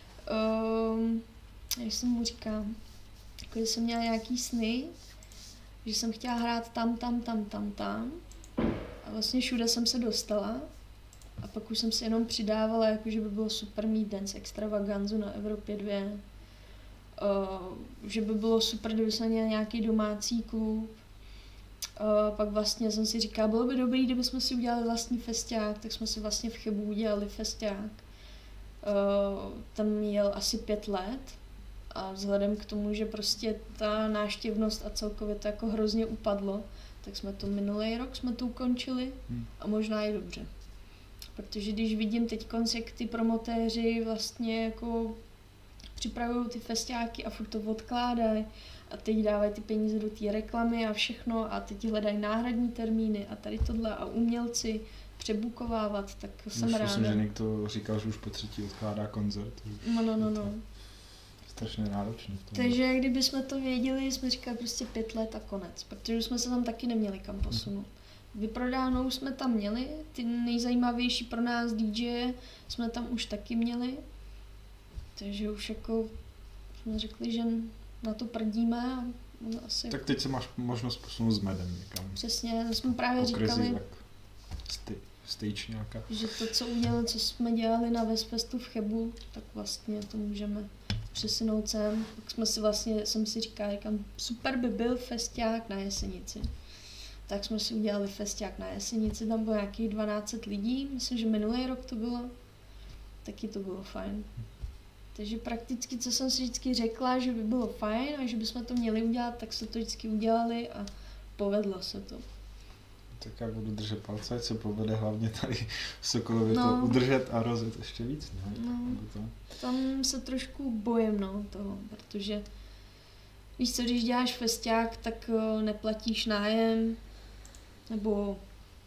um, jak jsem mu říkám, jako že jsem měla nějaký sny, že jsem chtěla hrát tam, tam, tam, tam, tam a vlastně všude jsem se dostala a pak už jsem si jenom přidávala, jako že by bylo super mít Dance Extravaganzu na Evropě dva, uh, že by bylo super, kdyby jsme měli nějaký domácí klub. Uh, pak vlastně jsem si říkala, bylo by dobrý, kdyby jsme si udělali vlastní festiák, tak jsme si vlastně v Chebu udělali festiák. Uh, tam jel asi pět let a vzhledem k tomu, že prostě ta návštěvnost a celkově to jako hrozně upadlo, tak jsme to minulý rok jsme to ukončili a možná i dobře. Protože když vidím teď jak ty promotéři vlastně jako připravují ty festiáky a furt to odkládají a teď dávají ty peníze do té reklamy a všechno a teď hledají náhradní termíny a tady tohle a umělci přebukovávat, tak jsem ráda. Myslím, že někdo říkal, že už po třetí odkládá koncert. No, no, no, no. Strašně náročný. Takže kdyby jsme to věděli, jsme říkali prostě pět let a konec, protože jsme se tam taky neměli kam posunout. Vyprodánou jsme tam měli, ty nejzajímavější pro nás D J jsme tam už taky měli, takže už jako jsme řekli, že na to prdíme a asi... Tak teď se máš možnost posunout s medem někam. Přesně, jsme právě po říkali, krizi, tak stage nějaká. Že to, co udělali, co jsme dělali na Vesfestu v Chebu, tak vlastně to můžeme přesunout sem. Tak jsme si vlastně, jsem si říkala, říkám, super by byl festiák na Jesenici. Tak jsme si udělali festiák na Jesenici, tam bylo nějakých dvanáct set lidí, myslím, že minulý rok to bylo, taky to bylo fajn. Takže prakticky, co jsem si vždycky řekla, že by bylo fajn a že bychom to měli udělat, tak se to vždycky udělali a povedlo se to. Tak já budu držet palce, ať se povede hlavně tady v Sokolově no. to udržet a rozjet ještě víc, ne? No, to... tam se trošku bojím, no, toho, protože víš co, když děláš festiák, tak uh, neplatíš nájem, nebo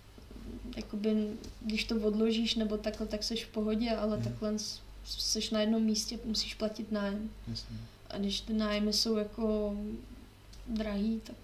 jakoby, když to odložíš, nebo takhle, tak seš v pohodě, ale hmm. takhle seš na jednom místě, musíš platit nájem. Jasně. A když ty nájmy jsou jako drahý, tak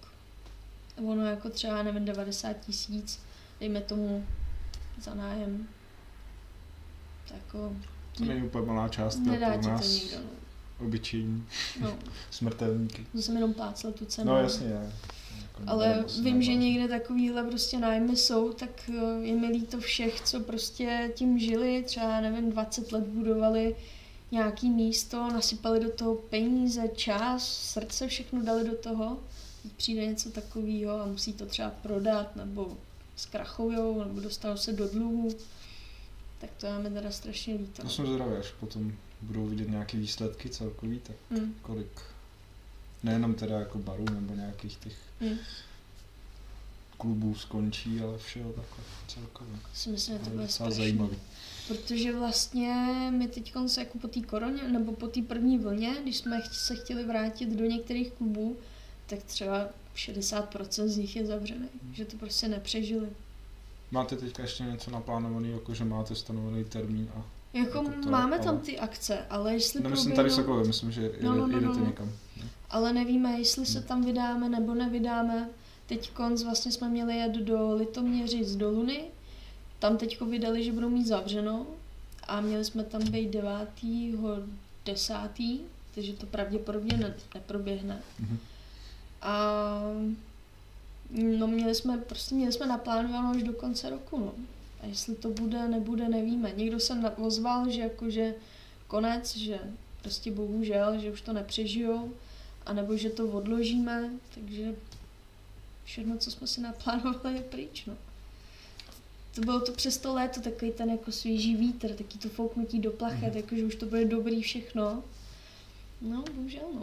ono jako třeba, nevím, devadesát tisíc, dejme tomu za nájem. Tak jako... To není úplně malá částka nedá pro ti nás. to nikdo, no. obyčejní No. smrtelníky. To jsem jenom plácla tu cenu. No jasně, je. Jako Ale vím, že někde takovýhle prostě nájmy jsou, tak je mi líto všech, co prostě tím žili, třeba nevím, dvacet let budovali nějaký místo, nasypali do toho peníze, čas, srdce, všechno dali do toho. Teď přijde něco takového a musí to třeba prodat, nebo zkrachujou, nebo dostanou se do dluhu. Tak to je mi teda strašně líto. To jsem zvědavý, až potom budou vidět nějaké výsledky celkový, tak Hmm. kolik, nejenom teda jako barů nebo nějakých těch Hmm. klubů skončí, ale všeho takhle celkově. Si myslím, že to bude docela strašný. zajímavý. Protože vlastně my teď jako po té koroně, nebo po té první vlně, když jsme ch- se chtěli vrátit do některých klubů, tak třeba šedesát procent z nich je zavřený, že to prostě nepřežili. Máte teďka ještě něco naplánovaný, jako že máte stanovený termín a... Jako, Jako to, máme ale- tam ty akce, ale jestli Nemyslím proběhnou- tady Sokolově, myslím, že jede, No, no, no, jedete no. někam. ale nevíme, jestli se Hmm. tam vydáme nebo nevydáme. Teď konc vlastně jsme měli jet do Litoměřic do Luny, tam teďko vydali, že budou mít zavřeno a měli jsme tam být devátého desátého takže to pravděpodobně ne- neproběhne. Mhm. A no měli jsme, prostě měli jsme naplánováno až do konce roku, no. A jestli to bude, nebude, nevíme. Někdo se na- ozval, že jakože konec, že prostě bohužel, že už to nepřežijou, anebo že to odložíme, takže všechno, co jsme si naplánovali, je pryč, no. To bylo to přes to léto, takový ten jako svěží vítr, taky to fouknutí do plachet, Mhm. jakože už to bude dobrý všechno. No, bohužel, no.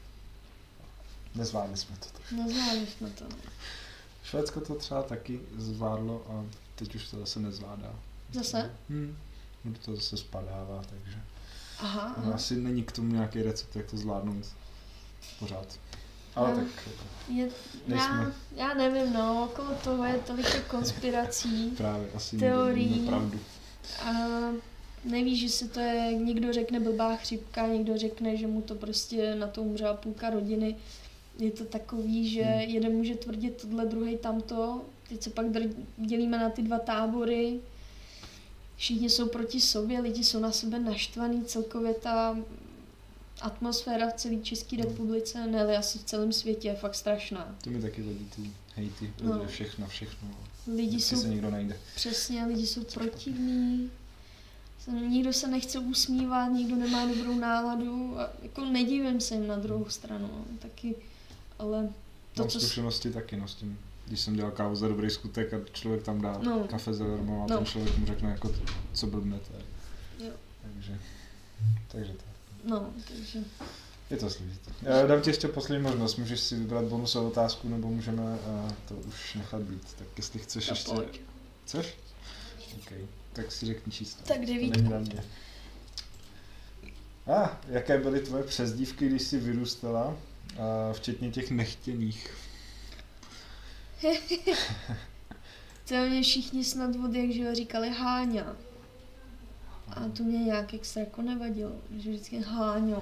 Nezvládli jsme to trošku. Nezvládli jsme to, no. Švédsko to třeba taky zvládlo a teď už to zase nezvládá. Zase? Hmm. No to zase spadává, takže Aha, no, aha. asi není k tomu nějaký recept, jak to zvládnout pořád. Ale No. tak jako, Je, Nejsme. já, já nevím, no, okolo toho je tolik konspirací právě asi Teorií. někdo má pravdu. a nevíš, že se to je, někdo řekne blbá chřipka, někdo řekne, že mu to prostě na to umřela půlka rodiny. Je to takový, že Hmm. jeden může tvrdit tohle, druhý tamto. Teď se pak dr- dělíme na ty dva tábory. Všichni jsou proti sobě, lidi jsou na sebe naštvaný, celkově ta atmosféra v celé České Hmm. republice, ne asi v celém světě, je fakt strašná. To mi taky vadí ty hejty, No. protože všechno, všechno. Lidi Vždycky jsou se nikdo najde. přesně, lidi jsou protivní, nikdo se nechce usmívat, nikdo nemá dobrou náladu a jako nedívím se jim na druhou stranu, no, taky, ale to, Mám co... s- zkušenosti taky, no, s tím. Když jsem dělal kávu za dobrý skutek a člověk tam dá No. kafe zadarmo a No. ten člověk mu řekne, jako, co blbnete. Jo. Takže, takže tak. No, takže... Je to složité. Já dám ti ještě poslední možnost, můžeš si vybrat bonusovou otázku, nebo můžeme uh, to už nechat být. Tak jestli chceš No, ještě... pojď. Chceš? OK, tak si řekni číslo. Tak To devítku. není na mě. A, ah, jaké byly tvoje přezdívky, když jsi vyrůstala, uh, včetně těch nechtěných? To mě všichni snad od jak živa říkali Háňa. A to mě nějak extra jako nevadilo, že vždycky Háňo.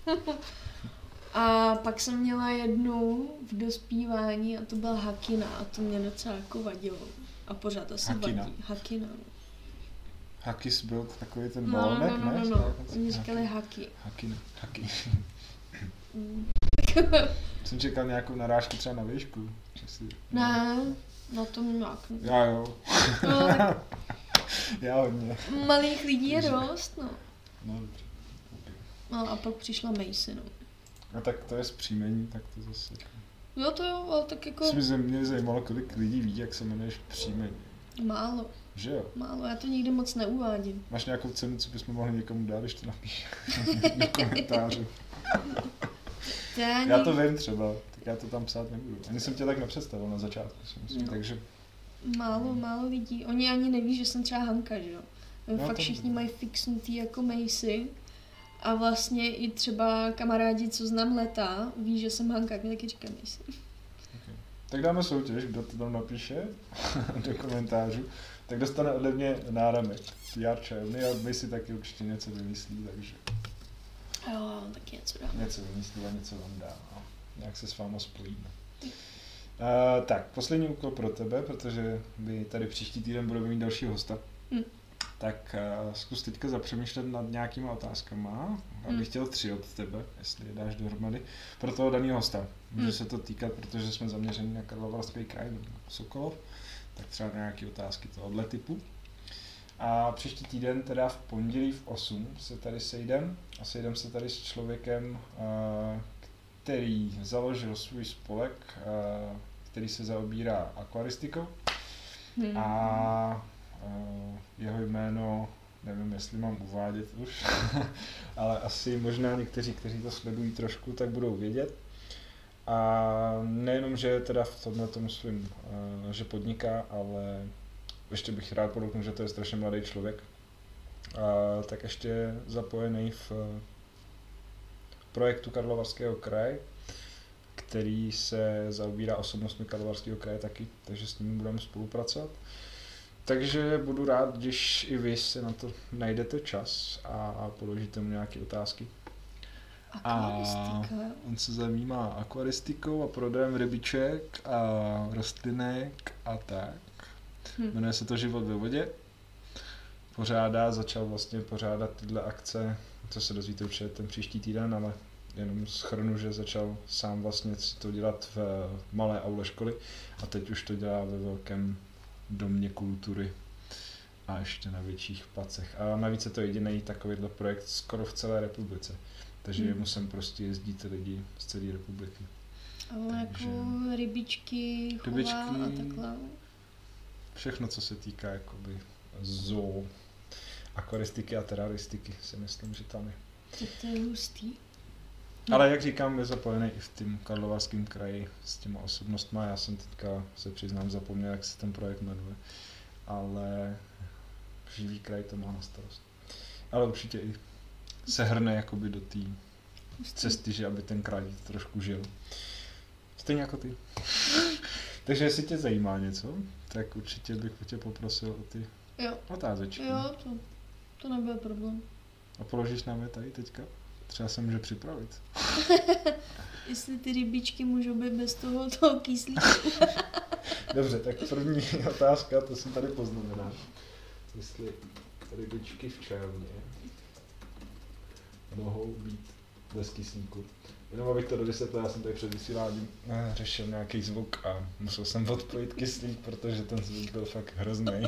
A pak jsem měla jednu v dospívání a to byla Hakina a to mě docela jako vadilo. A pořád asi Hakina. vadí. Hakina. no. Hakis byl takový ten No, no, balonek, no, no, ne? no, no. Oni říkali Haky. Haky, haky. Mm. Jsem čekal nějakou narážku třeba na výšku. že si- Ne, na tom nějak. Já jo. No, tak Já hodně. malých lidí je Takže- dost, no. No dobře. Ok. No a pak přišla Macy, no. A tak to je z příjmení, tak to zase... Jo, to jo, ale tak jako Jako... Mě zajímalo, kolik lidí ví, jak se jmenuješ příjmení. málo, Že jo? málo, já to nikdy moc neuvádím. Máš nějakou cenu, co bychom mohli někomu dát, když to napíš do komentářů. To já, Já ani- to vím třeba, tak já to tam psát nebudu. Ani jsem tě tak nepředstavil na začátku, si myslím, No. takže... Málo, málo lidí. Oni ani neví, že jsem třeba Hanka, že jo. No, Fakt to- všichni mají fixnutý jako Macy. A vlastně i třeba kamarádi, co znám leta, ví, že jsem Hanka, jak mi taky říkají Macy. Okay. Tak dáme soutěž, kdo to tam napíše do komentářů, tak dostane ode mě náramek. P R čajovny a my si taky určitě něco vymyslí, takže Jo, taky něco dám. něco vymyslí a něco vám dá. A nějak se s váma spojíme. Uh, tak, poslední úkol pro tebe, protože my tady příští týden budeme mít dalšího hosta. Hm. Tak uh, zkus teďka zapřemýšlet nad nějakýma otázkama. Já bych chtěl tři od tebe, jestli je dáš dohromady. Pro toho daného hosta. Může hmm. se to týkat, protože jsme zaměřeni na Karlovarský kraj, Sokolov, tak třeba nějaké otázky tohohle typu. A příští týden, teda v pondělí v osm se tady sejdem a sejdem se tady s člověkem, uh, který založil svůj spolek, uh, který se zaobírá akvaristikou. Hmm. A uh, jeho jméno, nevím, jestli mám uvádět už, ale asi možná někteří, kteří to sledují trošku, tak budou vědět. A nejenom, že je teda v tomhletom svým, uh, že podniká, ale ještě bych rád podotknul, že to je strašně mladý člověk. A tak ještě zapojený v projektu Karlovarského kraje, který se zaobírá osobnostmi Karlovarského kraje taky, takže s ním budeme spolupracovat. Takže budu rád, když i vy si na to najdete čas a položíte mu nějaké otázky. Akvaristika. A on se zajímá akvaristikou a prodejem rybiček a rostlinek a tak. Hmm. Jmenuje se to Život ve vodě. Pořádá, začal vlastně pořádat tyhle akce, co se dozvíte určitě ten příští týden, ale jenom shrnu, že začal sám vlastně to dělat v malé aule školy a teď už to dělá ve velkém domě kultury a ještě na větších placech. A navíc je to jediný takovýhle projekt skoro v celé republice, takže hmm. jemu sem prostě jezdí ty lidi z celé republiky. Ale takže jako rybičky, chová rybičky, a takhle. Všechno, co se týká jakoby zoo, akvaristiky a teraristiky, si myslím, že tam je. To, to je hustý. Ale jak říkám, je zapojený i v tím Karlovarském kraji s těma osobnostma. Já jsem teďka, se přiznám, zapomněl, jak se ten projekt jmenuje. Ale živý kraj to má na starost. Ale určitě i se hrne jakoby do té cesty, že aby ten kraj trošku žil. Stejně jako ty. Takže jestli tě zajímá něco, tak určitě bych tě poprosil o ty jo. otázečky. Jo, to, to nebyl problém. A položíš nám je tady teďka? Třeba se může připravit. Jestli ty rybičky můžou být bez toho, toho kyslíku. Dobře, tak první otázka, to jsem tady poznamenal. Jestli rybičky v čelně mohou být bez kyslíku. Jenom abych to dovysvětlil, já jsem tady před vysíláním řešil nějaký zvuk a musel jsem odpojit kyslík, protože ten zvuk byl fakt hrozný.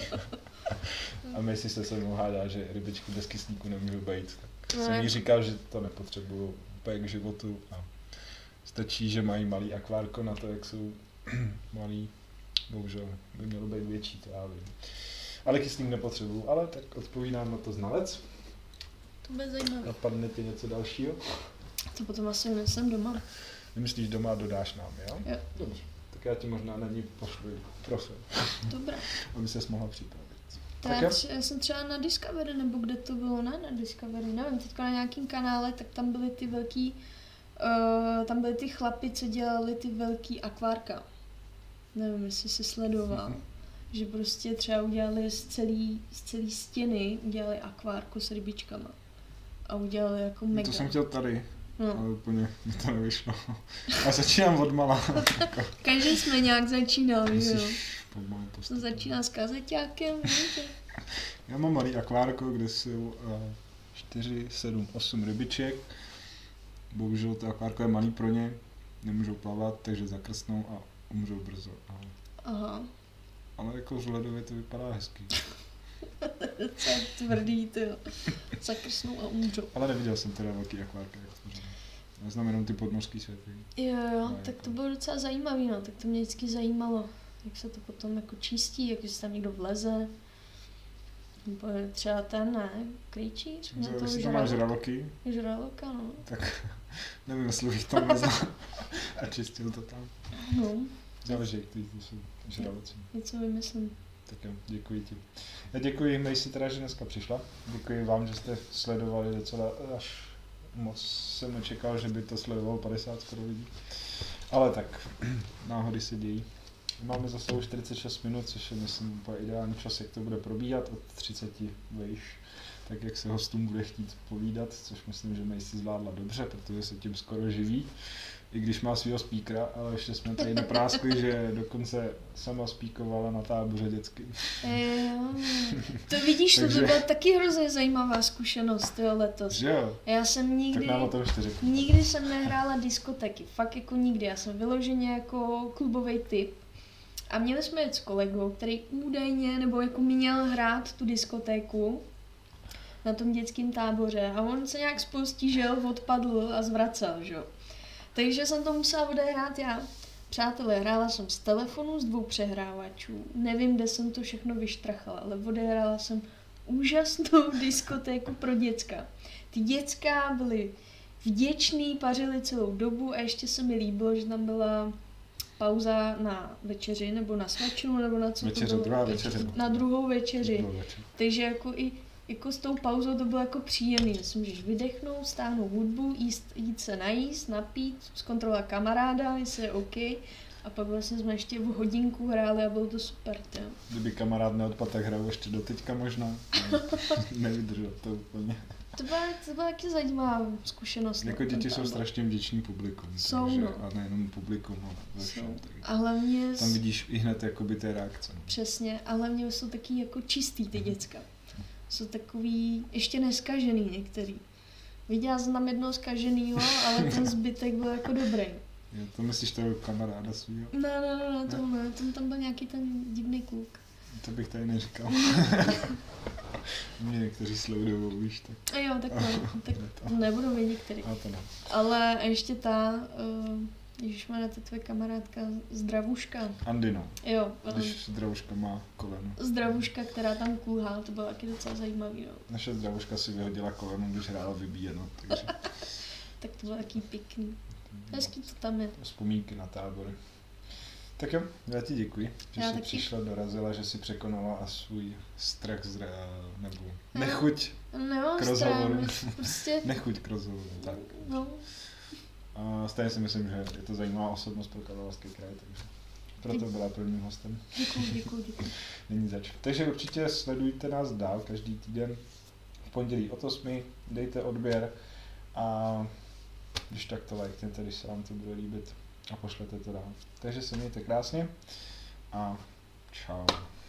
A my si se se mnou hádá, že rybičky bez kyslíku nemůžou být. Tak jsem jí říkal, že to nepotřebuju úplně k životu a stačí, že mají malý akvárko na to, jak jsou malý. Bohužel by mělo být větší, to já vím. Ale kyslík nepotřebuju, ale tak odpoví nám na to znalec. To bude zajímavé. Napadne ti něco dalšího? To potom asi nesem doma. Nemyslíš doma a dodáš nám, jo? Jo. Dobře. Tak já ti možná na ní pošlu profil. Dobrá. Aby ses mohla připravit. Tak, tak já, tři, já jsem třeba na Discovery, nebo kde to bylo, ne? Na Discovery, nevím, teďka na nějakým kanále, tak tam byly ty velký, uh, tam byly ty chlapi, co dělali ty velký akvárka. Nevím, jestli jsi sledoval. Mm-hmm. Že prostě třeba udělali z celý, z celý stěny, udělali akvárko s rybičkama. A udělali jako mega. To jsem chtěl tady. No. Ale úplně mi to nevyšlo. A začínám od mala. Každý jsme nějak začínali, jo. To začíná s kazeťákem, víte? Já mám malý akvárko, kde jsou čtyři, sedm, osm rybiček. Bohužel to akvárko je malý pro ně. Nemůžou plavat, takže zakrsnou a umřou brzo. Ale, aha. Ale jako z ledově to vypadá hezky. Co je tvrdý, tyjo. Zakrsnou a umřou. Ale neviděl jsem teda velký akvárka, jak to říkám. Já znám jenom ty podmořský světy. Jo, jo, tak jako... to bylo docela zajímavý, no. Tak to mě vždycky zajímalo, jak se to potom jako čistí, jak se tam někdo vleze. Nebo třeba ten, ne, klíčíř? Jestli tam máš žraloky. Žraloka, no. Tak nevím, jestli bych tam vlezl a čistil to tam. No. Záleží, ty jsou žraloci. Něco vymyslím. Tak jo, děkuji ti. Já děkuji Mejsi teda, že dneska přišla. Děkuji vám, že jste sledovali docela, až moc jsem nečekal, že by to sledovalo padesát skoro lidí. Ale tak, náhody se dějí. Máme za sebou čtyřicet šest minut, což je myslím úplně ideální čas, jak to bude probíhat od třicet vejš, tak jak se hostům bude chtít povídat, což myslím, že Mejsi zvládla dobře, protože se tím skoro živí. I když má svýho speakera, ale ještě jsme tady napráskli, že dokonce sama speakovala na táboře dětským. Jo, To vidíš, Takže... to byla taky hrozně zajímavá zkušenost jo, letos. Že jo? Já jsem nikdy, Tak nám o tom ještě řekni. nikdy jsem nehrála diskotéky, fakt jako nikdy. Já jsem vyloženě jako klubový typ. A měli jsme jet s kolegou, který údajně, nebo jako měl hrát tu diskotéku na tom dětském táboře a on se nějak spostížil, odpadl a zvracel, že jo. Takže jsem to musela odehrát já. Přátelé, hrála jsem z telefonu z dvou přehrávačů. Nevím, kde jsem to všechno vyštrachala, ale odehrála jsem úžasnou diskotéku pro děcka. Ty děcka byly vděční, pařili celou dobu a ještě se mi líbilo, že tam byla pauza na večeři, nebo na svačinu, nebo na co Večeře, to bylo. druhá večeře. Na druhou večeři. Druhou večer. Takže jako i jako s tou pauzou to bylo jako příjemný, že si můžeš vydechnout, stáhnout hudbu, jíst, jít se najíst, napít, zkontrolovat kamaráda, jestli je OK. A pak vlastně jsme ještě v hodinku hráli a bylo to super. Tě. Kdyby kamarád neodpadl, tak hraju ještě do teďka možná. Nevydržel to úplně. To byla, to byla taky zajímavá zkušenost. Jako děti jsou strašně vděční publikum. Jsou, takže, no. A nejenom publikum, ale ve všem. A hlavně... Tam vidíš i hned jakoby té reakce. No. Přesně, a hlavně jsou taky jako čistý ty děcka. Jsou takový ještě neskažený některý. Viděla jsem tam jednoho skaženýho, ale ten zbytek byl jako dobrý. Jo, to myslíš toho kamaráda svýho? Ne, ne, ne, ne, to ne, tam, tam byl nějaký ten divný kluk. To bych tady neříkal. Mě někteří sledujou, víš, tak. A jo, tak ne, tak nebudu vědět, který. A to ne. Ale ještě ta, uh, ježišmarja, ta tvoje kamarádka, Zdravuška. Andino. Jo. Když Zdravuška má koleno. Zdravuška, která tam kulhá, to bylo taky docela zajímavý, no. Naše Zdravuška si vyhodila koleno, když hrála vybíjeno, takže... Tak to bylo taky pěkný. Hezký to tam je. Vzpomínky na tábory. Tak jo, já ti děkuji, že Já jsi taky. přišla, dorazila, že jsi překonala a svůj strach z re... nebo nechuť Nemám k rozhovoru. strach, prostě, Nechuť k rozhovoru, tak. no. A stejně si myslím, že je to zajímavá osobnost pro Karlovarský kraj, takže proto byla prvním hostem. Děkuji, děkuji, děkuji. Není zač. Takže určitě sledujte nás dál každý týden v pondělí od osmi, dejte odběr a když tak to lajkněte, když se vám to bude líbit a pošlete to dál. Takže se mějte krásně a čau.